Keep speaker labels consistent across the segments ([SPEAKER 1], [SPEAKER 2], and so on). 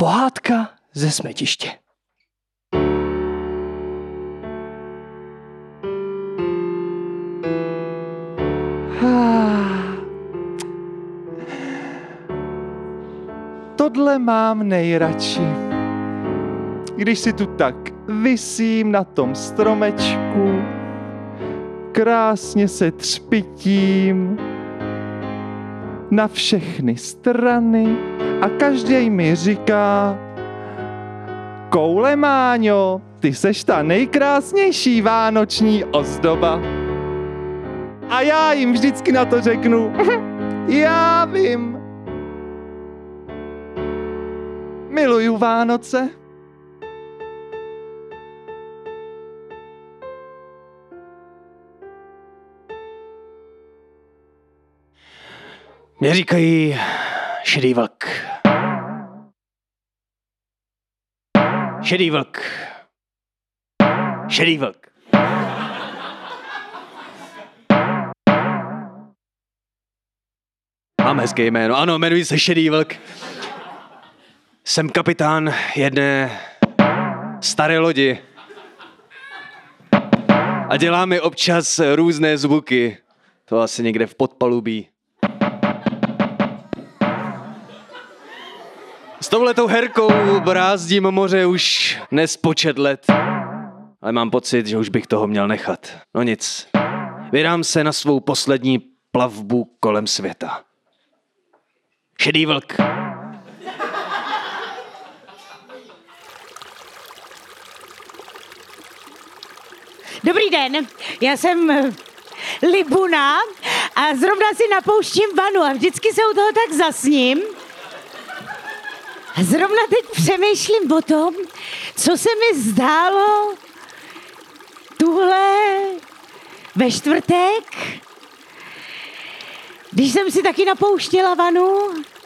[SPEAKER 1] Pohádka ze smetiště.
[SPEAKER 2] Tohle mám nejradši. Když si tu tak visím na tom stromečku, krásně se třpitím na všechny strany a každý mi říká: Koule Máňo, ty seš ta nejkrásnější vánoční ozdoba. A já jim vždycky na to řeknu: Já vím. Miluju Vánoce.
[SPEAKER 1] Mě říkají šedý vlk. Šedý vlk. Šedý vlk. Mám hezké jméno. Ano, jmenuji se Šedý vlk. Jsem kapitán jedné staré lodi. A dělá mi občas různé zvuky. To asi někde v podpalubí. S touhletou herkou brázdím moře už nespočet let. Ale mám pocit, že už bych toho měl nechat. No nic. Vydám se na svou poslední plavbu kolem světa. Šedý vlk.
[SPEAKER 3] Dobrý den, já jsem Libuna a zrovna si napouštím vanu a vždycky se u toho tak zasním. A zrovna teď přemýšlím o tom, co se mi zdálo tuhle ve čtvrtek, když jsem si taky napouštěla vanu.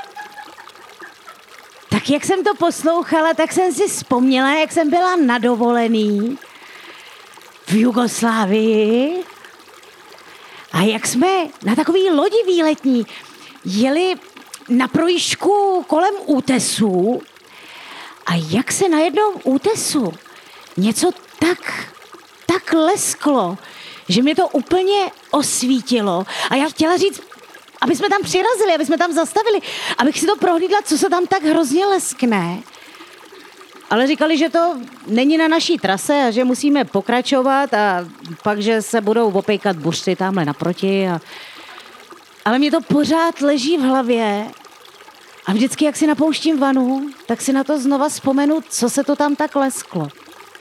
[SPEAKER 3] Tak jak jsem to poslouchala, tak jsem si vzpomněla, jak jsem byla na dovolený v Jugoslávii a jak jsme na takový lodi výletní jeli na projížďku kolem útesu a jak se na jednom útesu něco tak lesklo, že mě to úplně osvítilo. A já chtěla říct, aby jsme tam přirazili, aby jsme tam zastavili, abych si to prohlídla, co se tam tak hrozně leskne. Ale říkali, že to není na naší trase a že musíme pokračovat a pak, že se budou opejkat buřty tamhle naproti. Ale mě to pořád leží v hlavě a vždycky, jak si napouštím vanu, tak si na to znova vzpomenu, co se to tam tak lesklo.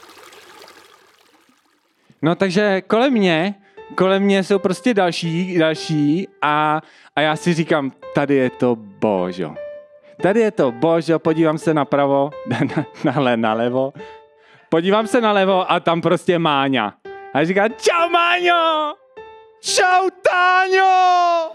[SPEAKER 2] No takže kolem mě jsou prostě další a já si říkám, tady je to Božo. Tady je to Božo, podívám se napravo, nalevo. Podívám se nalevo a tam prostě Máňa. A říká: Čau Máňo! Čau Táňo!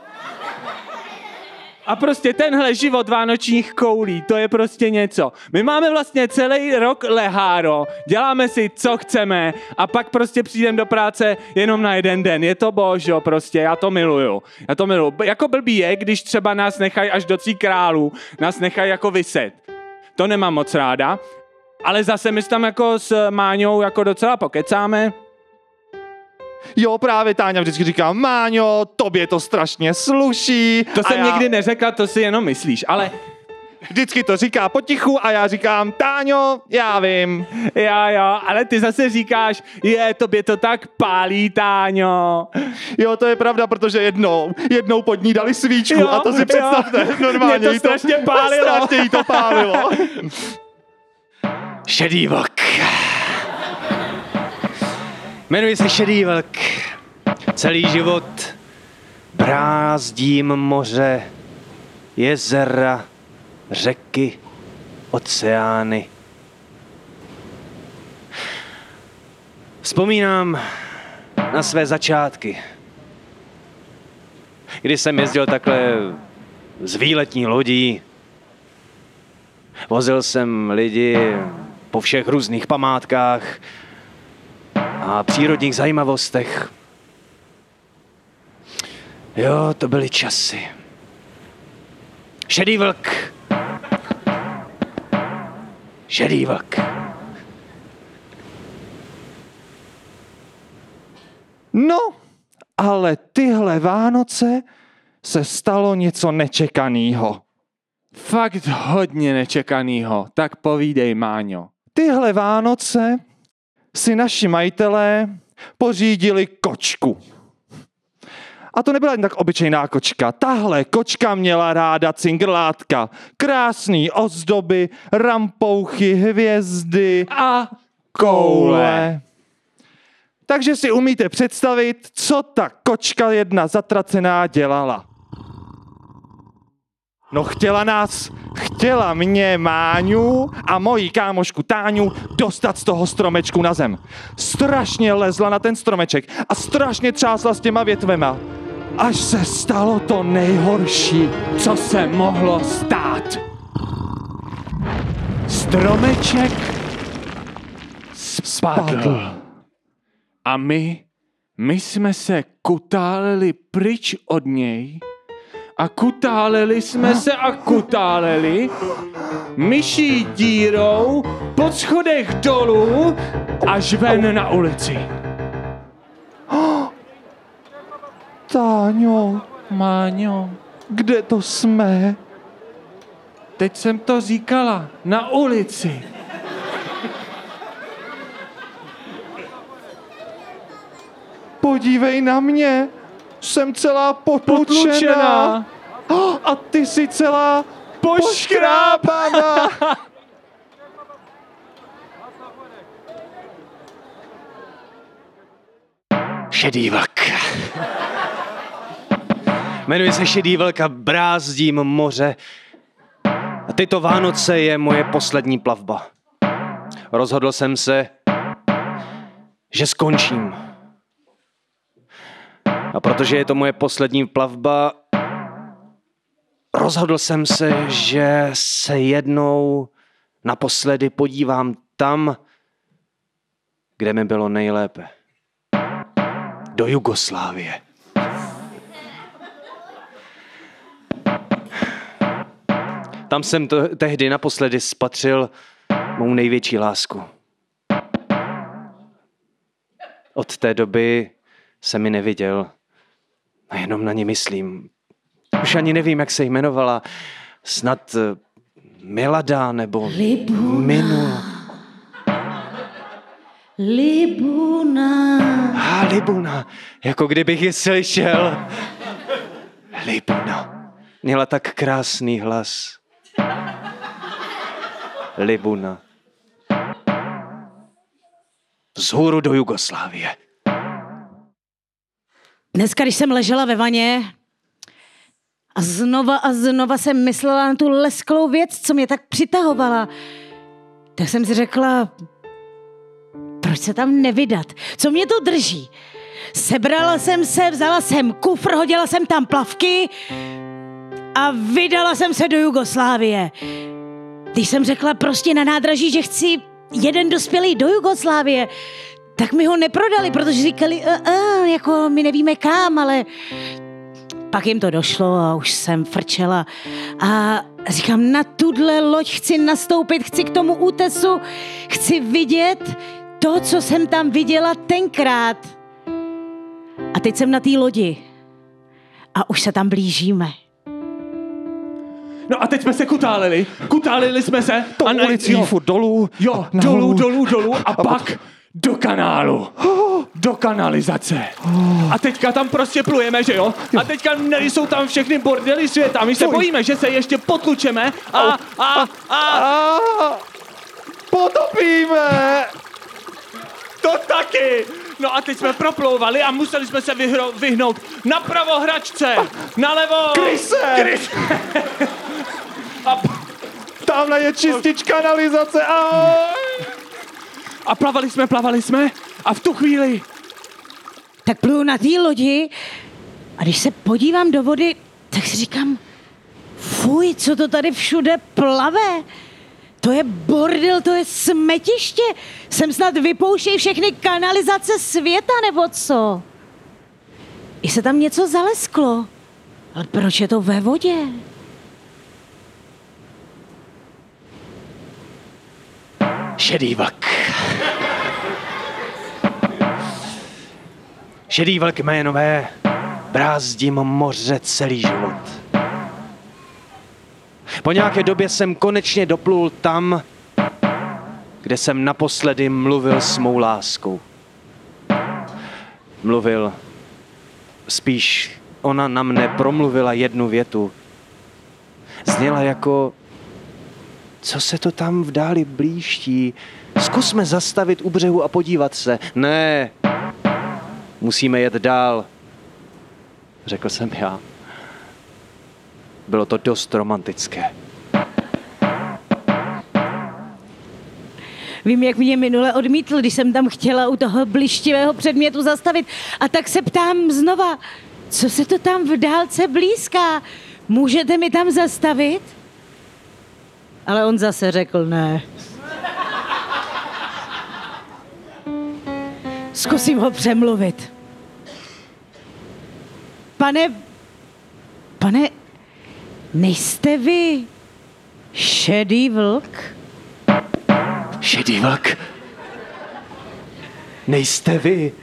[SPEAKER 2] A prostě tenhle život vánočních koulí, to je prostě něco. My máme vlastně celý rok leháro, děláme si, co chceme a pak prostě přijdeme do práce jenom na jeden den. Je to Božo prostě, já to miluju. Jako blbý je, když třeba nás nechají až do 3 králů, nás nechají jako vyset. To nemám moc ráda, ale zase my tam jako s Máňou jako docela pokecáme. Jo, právě Táňa vždycky říká: Máňo, tobě to strašně sluší. To jsem někdy neřekla, to si jenom myslíš, ale vždycky to říká potichu a já říkám: Táňo, já vím. Jo, ale ty zase říkáš: tobě to tak pálí, Táňo. Jo, to je pravda, protože jednou pod ní dali svíčku a to si představte. Normálně mě to strašně pálilo. Strašně jí to pálilo.
[SPEAKER 1] Šedý vlk. Jmenuji se Šedý vlk. Celý život brázdím moře, jezera, řeky, oceány. Vzpomínám na své začátky, kdy jsem jezdil takhle z výletní lodí. Vozil jsem lidi po všech různých památkách a přírodních zajímavostech. Jo, to byly časy. Šedý vlk Šedý vlk.
[SPEAKER 2] No, ale tyhle Vánoce se stalo něco nečekanýho. Fakt hodně nečekanýho, tak povídej, Máňo. Tyhle Vánoce si naši majitelé pořídili kočku. A to nebyla jen tak obyčejná kočka. Tahle kočka měla ráda cingrlátka. Krásný ozdoby, rampouchy, hvězdy a koule. Takže si umíte představit, co ta kočka jedna zatracená dělala. No chtěla mě, Máňu a moji kámošku Táňu dostat z toho stromečku na zem. Strašně lezla na ten stromeček a strašně třásla s těma větvema. Až se stalo to nejhorší, co se mohlo stát. Stromeček spadl. A my jsme se kutáleli pryč od něj a kutáleli jsme se a kutáleli myší dírou po schodech dolů až ven na ulici. Táňo, Máňo, kde to jsme? Teď jsem to říkala, na ulici. Podívej na mě, jsem celá potlučená. A ty jsi celá poškrábaná.
[SPEAKER 1] Šedý vlk. Jmenuji se Šedý vlk a brázdím moře. A tyto Vánoce je moje poslední plavba. Rozhodl jsem se, že skončím. A protože je to moje poslední plavba, rozhodl jsem se, že se jednou naposledy podívám tam, kde mi bylo nejlépe. Do Jugoslávie. Tam jsem tehdy naposledy spatřil mou největší lásku. Od té doby jsem mi neviděl a jenom na ní myslím. Už ani nevím, jak se jmenovala. Snad Milada nebo Minu.
[SPEAKER 3] Libuna.
[SPEAKER 1] Libuna. Jako kdybych ji slyšel. Libuna. Měla tak krásný hlas. Libuna. Vzhůru do Jugoslávie.
[SPEAKER 3] Dneska, když jsem ležela ve vaně a znova jsem myslela na tu lesklou věc, co mě tak přitahovala, tak jsem si řekla, proč se tam nevydat? Co mě to drží? Sebrala jsem se, vzala jsem kufr, hodila jsem tam plavky a vydala jsem se do Jugoslávie. Když jsem řekla prostě na nádraží, že chci jeden dospělý do Jugoslávie, tak mi ho neprodali, protože říkali, jako my nevíme kam, ale pak jim to došlo a už jsem frčela. A říkám, na tuhle loď chci nastoupit, chci k tomu útesu, chci vidět to, co jsem tam viděla tenkrát. A teď jsem na té lodi a už se tam blížíme.
[SPEAKER 2] No a teď jsme se kutálili jsme se. Tou ulicí furt dolů. Jo, dolů a pak do kanálu. Do kanalizace. A teďka tam prostě plujeme, že jo? A teďka jsou tam všechny bordely světa. My se bojíme, že se ještě potlučeme a potopíme. To taky. No a teď jsme proplouvali a museli jsme se vyhnout napravo hračce, nalevo Kryse. A tamhle je čistič kanalizace. A plavali jsme a v tu chvíli
[SPEAKER 3] tak pluju na té lodi a když se podívám do vody, tak si říkám, fuj, co to tady všude plave? To je bordel, to je smetiště. Sem snad vypouštějí všechny kanalizace světa, nebo co? I se tam něco zalesklo. Ale proč je to ve vodě?
[SPEAKER 1] Šedý vlk. Šedý vlk jménové, brázdím moře celý život. Po nějaké době jsem konečně doplul tam, kde jsem naposledy mluvil s mou láskou. Mluvil, spíš ona na mne promluvila jednu větu. Zněla jako, co se to tam v dáli blíští? Zkusme zastavit u břehu a podívat se. Ne, musíme jet dál, řekl jsem já. Bylo to dost romantické.
[SPEAKER 3] Vím, jak mě minule odmítl, když jsem tam chtěla u toho blištivého předmětu zastavit. A tak se ptám znova, co se to tam v dálce blízká? Můžete mi tam zastavit? Ale on zase řekl ne. Zkusím ho přemluvit. Pane, nejste vy šedý vlk?
[SPEAKER 1] Šedý vlk? Nejste vy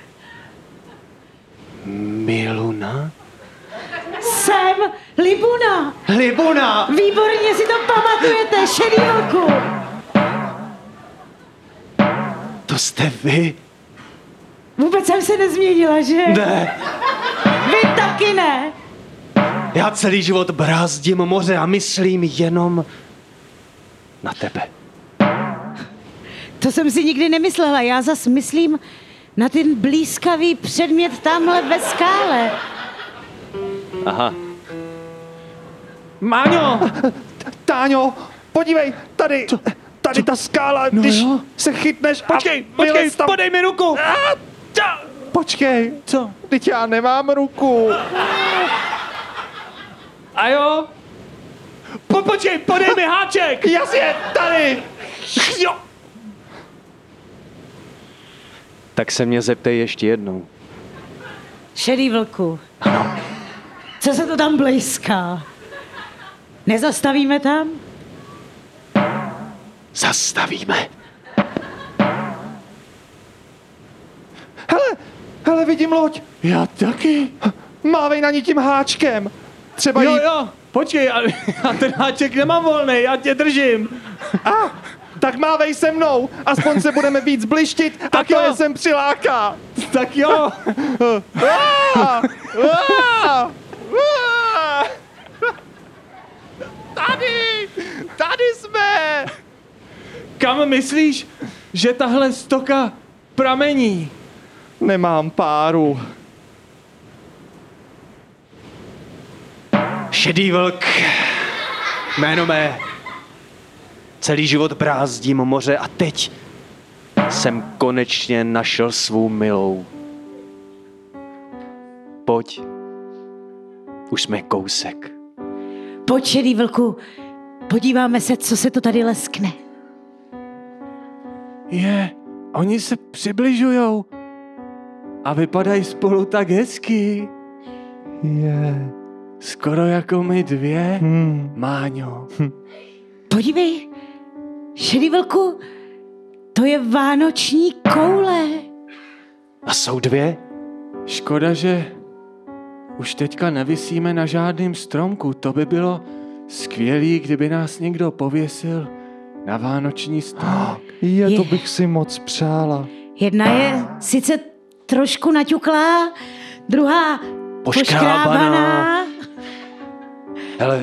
[SPEAKER 1] Miluna?
[SPEAKER 3] Jsem Libuna.
[SPEAKER 1] Libuna!
[SPEAKER 3] Výborně si to pamatujete, šedý vlku.
[SPEAKER 1] To jste vy?
[SPEAKER 3] Vůbec jsem se nezměnila, že?
[SPEAKER 1] Ne,
[SPEAKER 3] Vy taky ne.
[SPEAKER 1] já celý život brázdím moře a myslím jenom na tebe.
[SPEAKER 3] To jsem si nikdy nemyslela. Já zas myslím na ten blízkavý předmět tamhle ve skále.
[SPEAKER 1] Aha.
[SPEAKER 2] Máňo!
[SPEAKER 4] Táňo, podívej, tady ta skála,
[SPEAKER 2] No
[SPEAKER 4] když
[SPEAKER 2] jo.
[SPEAKER 4] se chytneš
[SPEAKER 2] Počkej,
[SPEAKER 4] a vylez tam.
[SPEAKER 2] podej mi ruku!
[SPEAKER 4] Počkej,
[SPEAKER 2] Co?
[SPEAKER 4] teď já nemám ruku.
[SPEAKER 2] A jo? Počkej, podej mi háček!
[SPEAKER 4] Jasně, tady. Jo.
[SPEAKER 1] Tak se mě zeptej ještě jednou.
[SPEAKER 3] Šedý vlku. Co se to tam blízká? Nezastavíme tam?
[SPEAKER 1] Zastavíme.
[SPEAKER 4] Hele, vidím loď.
[SPEAKER 2] Já taky.
[SPEAKER 4] Mávej na ní tím háčkem. Třeba jí...
[SPEAKER 2] Jo, počkej, ale já ten háček nemám volnej, já tě držím.
[SPEAKER 4] Tak mávej se mnou, aspoň se budeme víc blištit a
[SPEAKER 2] Tak
[SPEAKER 4] to
[SPEAKER 2] jo.
[SPEAKER 4] je sem přiláká.
[SPEAKER 2] Tak jo.
[SPEAKER 4] Ah! Ah! Ah! Tady jsme.
[SPEAKER 2] Kam myslíš, že tahle stoka pramení?
[SPEAKER 4] Nemám páru.
[SPEAKER 1] Šedý vlk, jméno mé. Celý život brázdím moře a teď jsem konečně našel svou milou. Pojď, už jsme kousek.
[SPEAKER 3] Pojď, šedý vlku, podíváme se, co se to tady leskne.
[SPEAKER 2] Oni se přibližujou a vypadají spolu tak hezky. Skoro jako my dvě, Máňo.
[SPEAKER 3] Podívej, šedý vlku, to je vánoční koule.
[SPEAKER 1] A jsou dvě?
[SPEAKER 2] Škoda, že už teďka nevisíme na žádném stromku. To by bylo skvělý, kdyby nás někdo pověsil na vánoční stromek.
[SPEAKER 4] To bych si moc přála.
[SPEAKER 3] Jedna je sice trošku naťuklá, druhá poškrábaná.
[SPEAKER 1] Hele,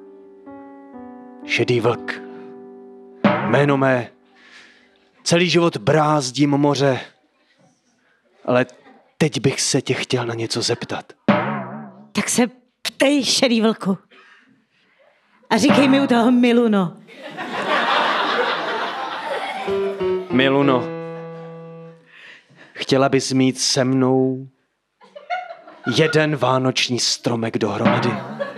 [SPEAKER 1] šedý vlk, jméno mé. Celý život brázdím moře, ale teď bych se tě chtěl na něco zeptat.
[SPEAKER 3] Tak se ptej, šedý vlku. A říkej mi u toho Miluno.
[SPEAKER 1] Miluno, chtěla bys mít se mnou jeden vánoční stromek dohromady?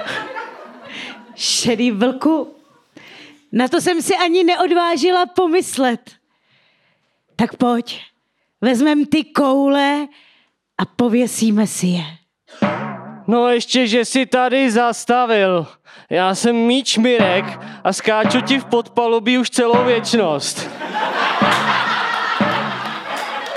[SPEAKER 3] Šedý vlku, na to jsem si ani neodvážila pomyslet. Tak pojď, vezmem ty koule a pověsíme si je.
[SPEAKER 5] No ještě, že si tady zastavil. Já jsem míč Mirek a skáču ti v podpalubí už celou věčnost.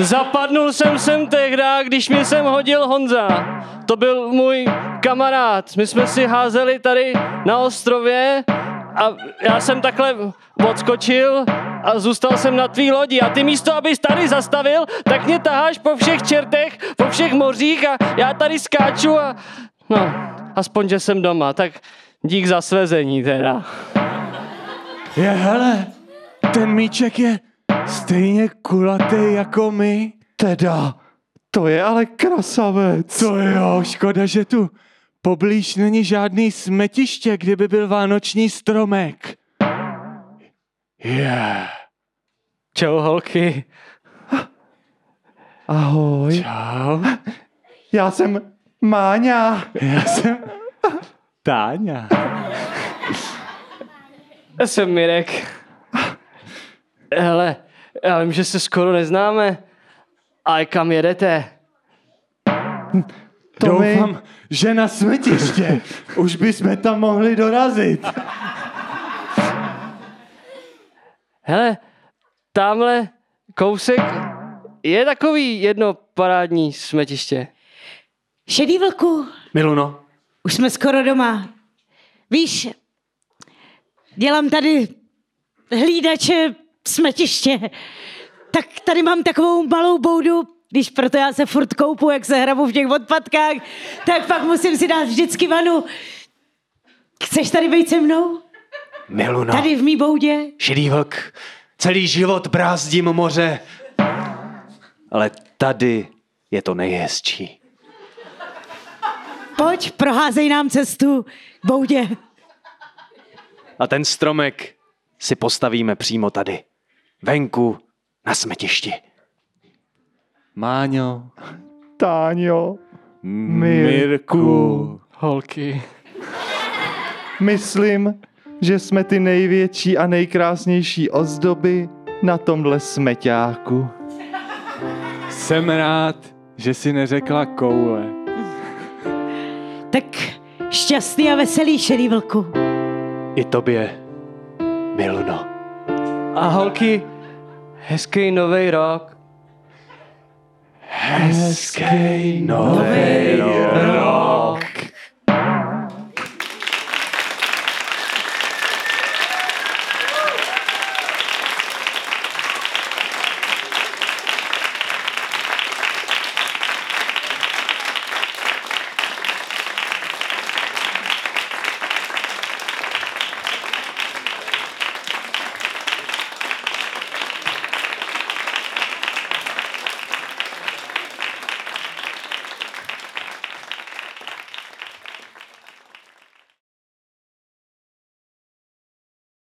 [SPEAKER 5] Zapadnul jsem sem tehda, když mě sem hodil Honza. To byl můj kamarád. My jsme si házeli tady na ostrově a já jsem takhle odskočil a zůstal jsem na tvý lodi. A ty místo, abys tady zastavil, tak mě taháš po všech čertech, po všech mořích a já tady skáču a... No, aspoň, že jsem doma, tak dík za svezení teda.
[SPEAKER 2] Hele, ten míček je stejně kulatý jako my.
[SPEAKER 4] Teda, to je ale krasavec.
[SPEAKER 2] To jo, škoda, že tu poblíž není žádný smetiště, kde by byl vánoční stromek.
[SPEAKER 5] Čau, holky.
[SPEAKER 4] Ahoj.
[SPEAKER 2] Čau.
[SPEAKER 4] Já jsem Máňa.
[SPEAKER 2] Já jsem Táňa.
[SPEAKER 5] Já jsem Mirek. Hele, já vím, že se skoro neznáme. A kam jedete?
[SPEAKER 2] Doufám, že na smetiště. Už bychom tam mohli dorazit.
[SPEAKER 5] Hele, tamhle kousek je takový jedno parádní smetiště.
[SPEAKER 3] Šedý vlku,
[SPEAKER 1] Miluno,
[SPEAKER 3] už jsme skoro doma. Víš, dělám tady hlídače smetiště. Tak tady mám takovou malou boudu, když proto já se furt koupu, jak se hrabu v těch odpadkách, tak pak musím si dát vždycky vanu. Chceš tady být se mnou?
[SPEAKER 1] Miluno,
[SPEAKER 3] Tady v mý boudě?
[SPEAKER 1] šedý vlk, celý život brázdím moře, ale tady je to nejhezčí.
[SPEAKER 3] Pojď, proházej nám cestu k boudě.
[SPEAKER 1] A ten stromek si postavíme přímo tady, venku na smetišti.
[SPEAKER 2] Máňo,
[SPEAKER 4] Táňo,
[SPEAKER 2] Mirku.
[SPEAKER 5] Holky.
[SPEAKER 4] myslím, že jsme ty největší a nejkrásnější ozdoby na tomhle smeťáku.
[SPEAKER 2] Jsem rád, že si neřekla koule.
[SPEAKER 3] Tak šťastný a veselý, šedý vlku.
[SPEAKER 1] I tobě, Miluno.
[SPEAKER 5] A holky, hezký nový rok.
[SPEAKER 1] Hezký nový rok.